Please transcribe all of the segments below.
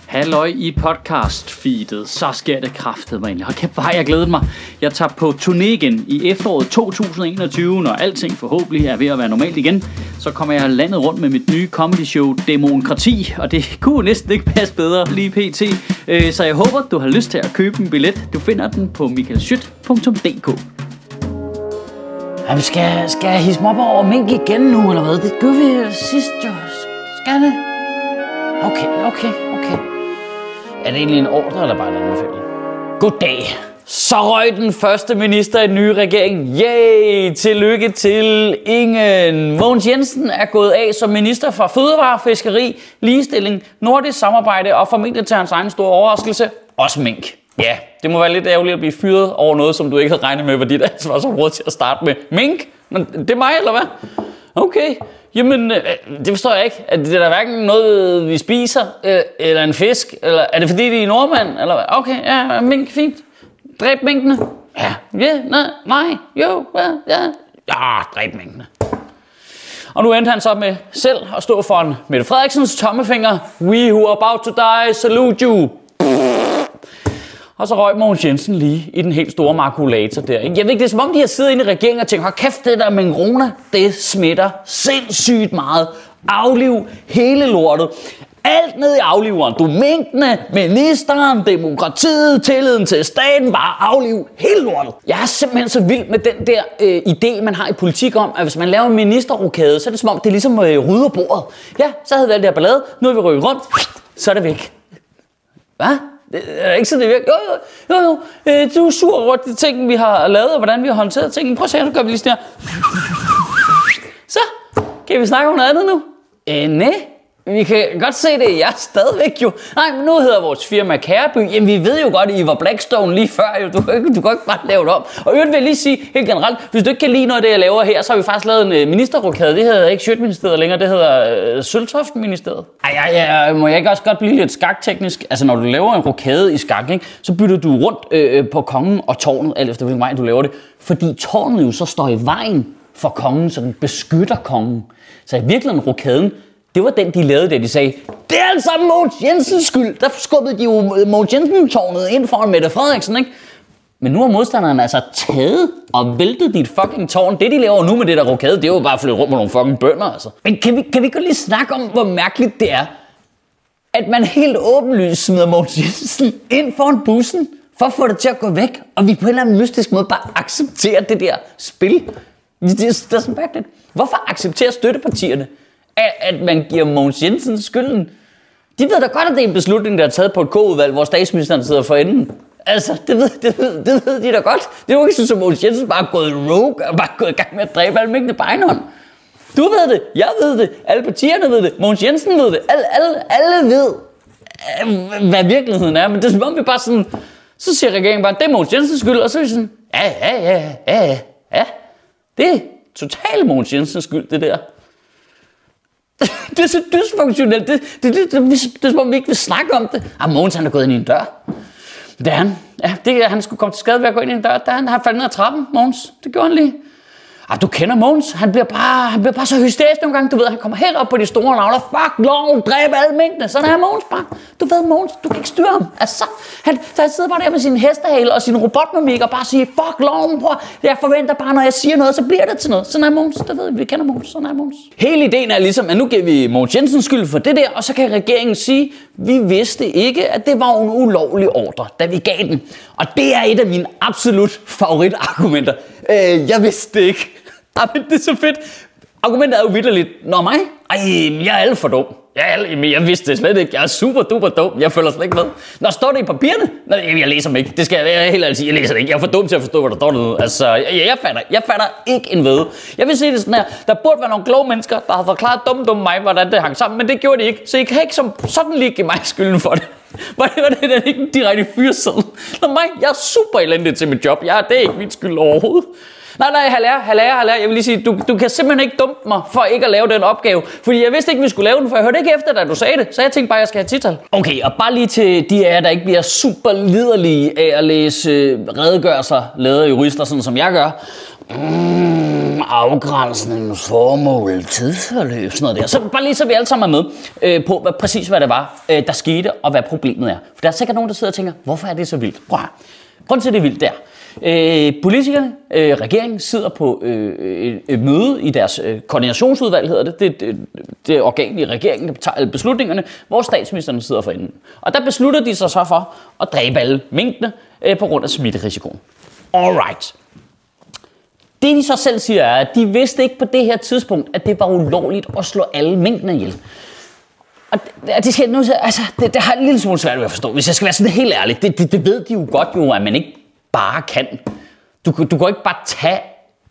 Halløj i podcast-feedet, så sker det kraftedeme egentlig. Hold kæft, jeg glæder mig. Jeg tager på turné igen i efteråret 2021, når alting forhåbentlig er ved at være normalt igen. Så kommer jeg landet rundt med mit nye comedy show, Demokrati, og det kunne næsten ikke passe bedre lige pt. Så jeg håber, du har lyst til at købe en billet. Du finder den på michaelschødt.dk. Jamen, skal jeg hisse mig op over mink igen nu, eller hvad? Det gør vi sidst, jo. Skal det? Okay. Er det egentlig en ordre, eller bare en anbefaling? Goddag. Så røg den første minister i den nye regering. Yay! Tillykke til ingen. Mogens Jensen er gået af som minister for fødevare, fiskeri, ligestilling, nordisk samarbejde og formentlig til hans egen store overraskelse, også mink. Ja, det må være lidt ærgerligt at blive fyret over noget, som du ikke havde regnet med, var dit ansvarsområde til at starte med. Mink? Men det er mig, eller hvad? Okay. Jamen, det forstår jeg ikke. Er det der hverken noget, vi spiser, eller en fisk? Eller er det fordi, vi er nordmand? Eller hvad? Okay, ja, mink, fint. Dræb minkene. Ja, nej, jo, ja. Ja, dræb minkene. Og nu endte han så med selv at stå foran Mette Frederiksens tommefinger. We who are about to die, salute you. Og så røg Mogens Jensen lige i den helt store makulator der. Jeg ved ikke, det er som om de har siddet inde i regeringen og tænkt, hold kæft, det der med corona, det smitter sindssygt meget. Afliv hele lortet. Alt ned i afliveren. Du minkene, ministeren, demokratiet, tilliden til staten, bare afliv hele lortet. Jeg er simpelthen så vild med den der idé, man har i politik om, at hvis man laver en ministerrokade, så er det som om, det er ligesom rydder bordet. Ja, så havde vi alt det her ballade, nu er vi rykket rundt, så er det væk. Hvad? Det er ikke sådan, det virker. Jo. Du er sur over de ting, vi har lavet, og hvordan vi har håndteret tingene. Prøv at se, nu gør vi lige sådan her. Så, kan vi snakke om noget andet nu? Nej, vi kan godt se det. Jeg er stadigvæk jo. Nej, men nu hedder vores firma Kæreby. Jamen, vi ved jo godt, at I var Blackstone lige før. Jo. Du kan ikke bare lave det om. Og øvrigt vil jeg lige sige helt generelt, hvis du ikke kan lide noget af det, jeg laver her, så har vi faktisk lavet en ministerrokade. Det hedder ikke Sjøtministeriet længere, det hedder Søltoft-ministeriet. Må jeg ikke også godt blive lidt skakteknisk? Altså, når du laver en rokade i skak, ikke, så bytter du rundt på kongen og tårnet, alt efter hvilken vej du laver det. Fordi tårnet jo så står i vejen for kongen, så den beskytter kongen. Så i virkeligheden rokaden, det var den, de lavede, da de sagde, det er alt sammen Mogens Jensens skyld. Der skubbede de jo Mogens Jensen-tårnet ind foran Mette Frederiksen, ikke? Men nu har modstanderne altså taget og væltet dit fucking tårn. Det, de laver nu med det der rokade, det er jo bare at flytte rundt med nogle fucking bønder, altså. Men kan vi godt lige snakke om, hvor mærkeligt det er, at man helt åbenlyst smider Mogens Jensen ind foran bussen, for at få det til at gå væk, og vi på en eller anden mystisk måde bare accepterer det der spil. Det er sådan mærkeligt. Hvorfor accepterer støttepartierne, at man giver Mogens Jensen skylden? De ved da godt, at det er en beslutning, der er taget på et K-udvalg, hvor statsministeren sidder for enden. Altså, det ved de da godt. Det er jo ikke sådan, at Mogens Jensen bare er gået rogue og bare gået i gang med at dræbe alle minkene på egen hånd. Du ved det, jeg ved det, alle partierne ved det, Mogens Jensen ved det, alle ved, hvad virkeligheden er. Men det er som om vi bare sådan, så siger regeringen bare, det er Mogens Jensens skyld, og så er vi sådan, ja, det er totalt Mogens Jensens skyld, det der. Det er så dysfunktionelt. Det er som om vi ikke vil snakke om det. Mogens, han er gået ind i en dør. Det er han. Ja, han skulle komme til skade ved at gå ind i en dør. Han har faldet ned ad trappen, Mogens. Det gjorde han lige. Du kender Mogens. Han bliver bare så hysterisk nogle gange. Du ved, han kommer helt op på de store navler. Fuck lov, dræb alle minkene. Sådan er Mogens bare. Du ved, Mogens, du kan ikke styre ham. Altså, han sidder bare der med sin hestehale og sin robotmimik og bare siger, fuck lov, jeg forventer bare, når jeg siger noget, så bliver det til noget. Sådan er Mogens. Det ved vi kender Mogens. Sådan er Mogens. Hele ideen er ligesom, at nu giver vi Mogens Jensens skyld for det der, og så kan regeringen sige, vi vidste ikke, at det var en ulovlig ordre, da vi gav den. Og det er et af mine absolut favoritargumenter. Jeg vidste det ikke. Men det er så fedt. Argumentet er jo vitterligt. Nå mig? Jeg er alt for dum. Jeg vidste det slet ikke. Jeg er super duper dum. Jeg følger slet ikke med. Når står det i papirerne? Jeg læser dem ikke. Det skal jeg helt ærligt sige. Jeg læser det ikke. Jeg er for dum til at forstå, hvad der står dernede. Altså, jeg fatter ikke en ved. Jeg vil sige det sådan her. Der burde være nogle kloge mennesker, der har forklaret dumme mig, hvordan det hang sammen. Men det gjorde de ikke. Så I kan ikke som sådan lige give mig skylden for det. Var det ikke en direkte fyrsel? Nå mig, jeg er super elendig til mit job. Det er ikke min skyld overhovedet. Nej, halær. Jeg vil lige sige, du kan simpelthen ikke dumpe mig for ikke at lave den opgave. Fordi jeg vidste ikke, vi skulle lave den, for jeg hørte ikke efter, da du sagde det. Så jeg tænkte bare, jeg skal have titel. Okay, og bare lige til de af jer, der ikke bliver super liderlige af at læse redegørelser lavet af jurister, sådan som jeg gør. Afgrænsningens formål, tidsforløb, sådan noget der. Så bare lige så vi alle sammen er med på præcis hvad det var, der skete, og hvad problemet er. For der er sikkert nogen, der sidder og tænker, hvorfor er det så vildt? Grunden til, at det er vildt, der. Politikerne, regeringen sidder på et møde i deres koordinationsudvalg, hedder det. Det organ i regeringen, der tager alle beslutningerne, hvor statsministeren sidder for enden. Og der beslutter de sig så for at dræbe alle minkene på grund af smitterisikoen. Alright. Det de så selv siger er, at de vidste ikke på det her tidspunkt, at det var ulovligt at slå alle minkene ihjel. Og det skal nu, altså, det har en lille smule svært ved at forstå, hvis jeg skal være sådan helt ærlig. Det ved de jo godt jo, at man ikke bare kan. Du kan ikke bare tage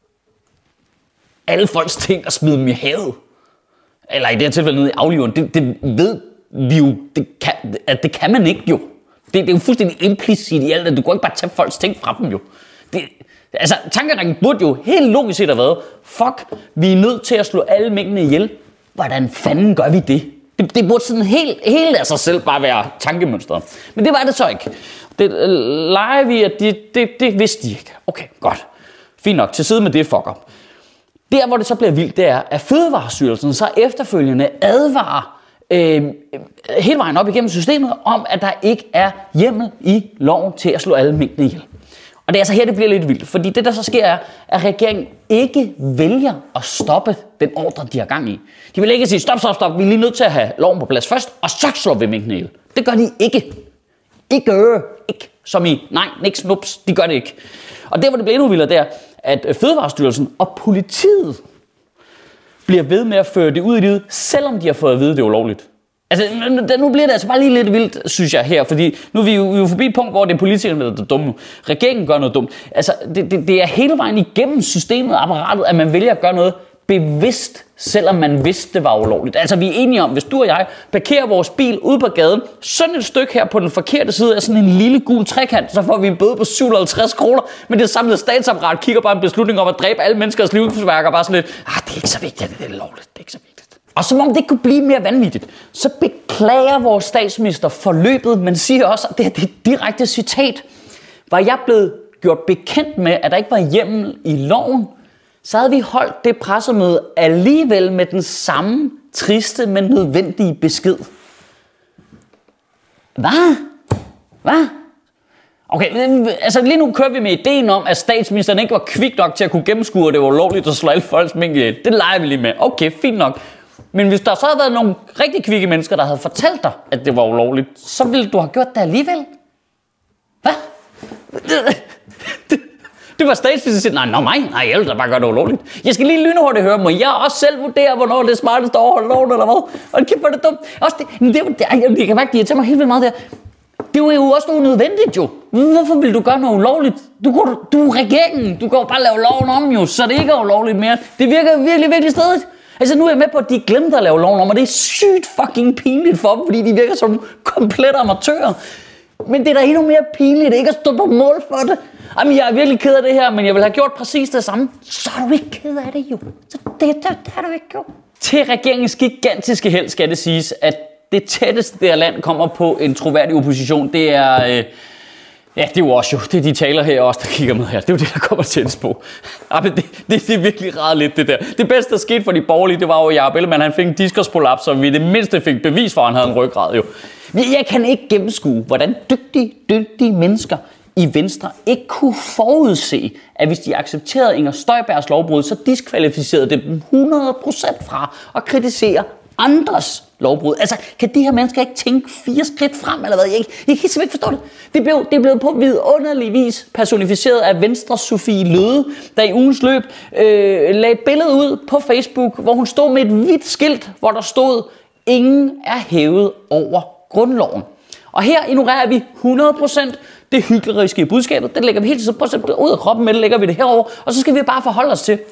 alle folks ting og smide dem i havet. Eller i det her tilfælde ned i afliveren. Det ved vi jo, det kan man ikke jo. Det er jo fuldstændig implicit i alt, at du kan ikke bare tage folks ting fra dem jo. Altså, tankerækken burde jo helt logisk set have været, fuck, vi er nødt til at slå alle minkene ihjel. Hvordan fanden gør vi det? Det burde sådan helt af sig selv bare være tankemønstret. Men det var det så ikke. Det leger vi, at det vidste de ikke. Okay, godt. Fint nok, til side med det, fuck up. Der, hvor det så bliver vildt, det er, at Fødevarestyrelsen så efterfølgende advarer hele vejen op igennem systemet om, at der ikke er hjemmel i loven til at slå alle minkene ihjel. Og det er altså her, det bliver lidt vildt, fordi det, der så sker, er, at regeringen ikke vælger at stoppe den ordre, de har gang i. De vil ikke sige, stop, vi er lige nødt til at have loven på plads først, og så slår vi minkene ihjel. Det gør de ikke. Ikke. Som i, nej, niks, nups, de gør det ikke. Og der, hvor det bliver endnu vildere, det er, at Fødevarestyrelsen og politiet bliver ved med at føre det ud i livet, selvom de har fået at vide, det er ulovligt. Altså, nu bliver det altså bare lige lidt vildt, synes jeg, her, fordi nu er vi jo forbi et punkt, hvor det er politikerne, der er dumme. Regeringen gør noget dumt. Altså, det er hele vejen igennem systemet og apparatet, at man vælger at gøre noget bevidst, selvom man vidste, det var ulovligt. Altså, vi er enige om, hvis du og jeg parkerer vores bil ude på gaden, sådan et stykke her på den forkerte side af sådan en lille gul trekant, så får vi en bøde på 750 kroner, men det samlede statsapparat kigger bare en beslutning om at dræbe alle menneskers livsværker, bare sådan lidt, det er ikke så vigtigt, det er lovligt, det er ikke så vigtigt. Og som om det ikke kunne blive mere vanvittigt, så beklager vores statsminister forløbet, men siger også, at det er et direkte citat. Var jeg blevet gjort bekendt med, at der ikke var hjemmel i loven, så havde vi holdt det pressemøde alligevel med den samme triste, men nødvendige besked. Hvad? Okay, altså lige nu kører vi med ideen om, at statsministeren ikke var kvik nok til at kunne gennemskue, at det var lovligt at slå alle folks mink ihjel. Det leger vi lige med. Okay, fint nok. Men hvis der så havde været nogle rigtig kvikke mennesker, der havde fortalt dig, at det var ulovligt, så ville du have gjort det alligevel. Hvad? Det var statsministeren, der siger, nej, jeg vil da bare gøre det ulovligt. Jeg skal lige lynhurtigt høre, må jeg også selv vurdere, hvornår det er smartest at overholde loven, eller hvad? Og kæft, hvor er det dumt. Også jeg kan mærke, det tager mig helt vildt meget der. Det er jo også unødvendigt jo. Hvorfor vil du gøre noget ulovligt? Du er regeringen. Du kan jo bare lave loven om jo, så det ikke er ulovligt mere. Det virker virkelig, virkelig stedigt. Altså nu er jeg med på, at de glemte at lave loven om, og det er sygt fucking pinligt for dem, fordi de virker som komplet amatører. Men det er da endnu mere pinligt ikke at stå på mål for det. Jamen, jeg er virkelig ked af det her, men jeg vil have gjort præcis det samme. Så er du ikke ked af det jo. Så det er du ikke jo. Til regeringens gigantiske held skal det siges, at det tætteste det her land kommer på en troværdig opposition, det er... Ja, det er jo også jo. Det er de taler her også, der kigger med her. Det er jo det, der kommer tættest på. Men det er virkelig ret lidt, det der. Det bedste, der skete for de borgerlige, det var jo, at Jacob Ellemann, han fik en diskusprolaps, så vi det mindste fik bevis for, at han havde en ryggrad jo. Men jeg kan ikke gennemskue, hvordan dygtige mennesker i Venstre ikke kunne forudse, at hvis de accepterede Inger Støjbergs lovbrud, så diskvalificerede det dem 100% fra at kritisere andres lovbrud. Altså, kan de her mennesker ikke tænke 4 skridt frem, eller hvad? Jeg kan simpelthen ikke forstå det. Det blev på vidunderlig vis personificeret af Venstres Sofie Løde, der i ugens løb lagde et billede ud på Facebook, hvor hun stod med et hvidt skilt, hvor der stod, ingen er hævet over grundloven. Og her ignorerer vi 100% det hykleriske i budskabet. Det lægger vi helt ud af kroppen, men det lægger vi det herover, og så skal vi bare forholde os til,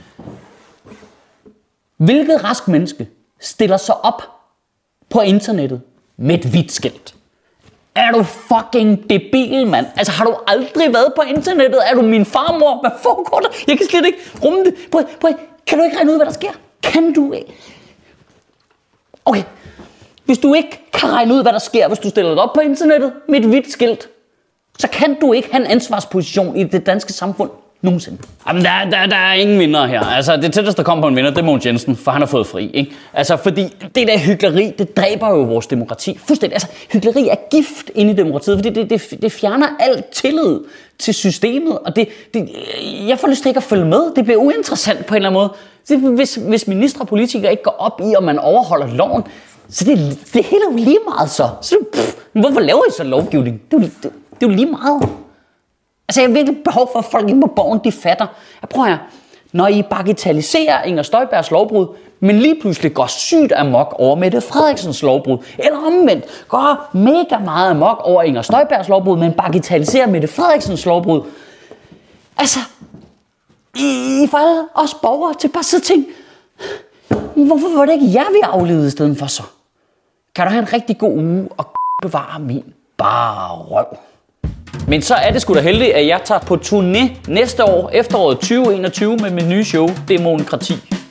hvilket rask menneske stiller sig op på internettet med et hvidt skilt. Er du fucking debil, mand? Altså, har du aldrig været på internettet? Er du min farmor? Hvad foregår der? Jeg kan slet ikke rumme det. Prøv. Kan du ikke regne ud, hvad der sker? Kan du ikke? Okay. Hvis du ikke kan regne ud, hvad der sker, hvis du stiller dig op på internettet med et hvidt skilt, så kan du ikke have en ansvarsposition i det danske samfund. Nogensinde. Jamen, der er ingen vinder her. Altså, det tætteste, der kommer på en vinder, det er Mogens Jensen, for han har fået fri, ikke? Altså, fordi det der hykleri, det dræber jo vores demokrati. Fuldstændig. Altså, hykleri er gift inde i demokratiet, fordi det fjerner alt tillid til systemet, og jeg får lyst til ikke at følge med. Det bliver uinteressant på en eller anden måde. Hvis ministre og politikere ikke går op i, om man overholder loven, så det hele er jo lige meget så. Hvorfor laver I så lovgivning? Det er jo lige meget. Altså, jeg har virkelig behov for, at folk inde på Borgen, de fatter. Jeg prøver her. Når I bagatelliserer Inger Støjbergs lovbrud, men lige pludselig går sygt amok over Mette Frederiksens lovbrud, eller omvendt, går mega meget amok over Inger Støjbergs lovbrud, men bagatelliserer Mette Frederiksens lovbrud. Altså, I får alle os borgere til bare sidde og tænke, hvorfor var det ikke jer, vi aflevede i stedet for så? Kan du have en rigtig god uge og bevare min bare røv? Men så er det sgu da heldigt, at jeg tager på turné næste år, efteråret 2021, med mit nye show, Demokrati.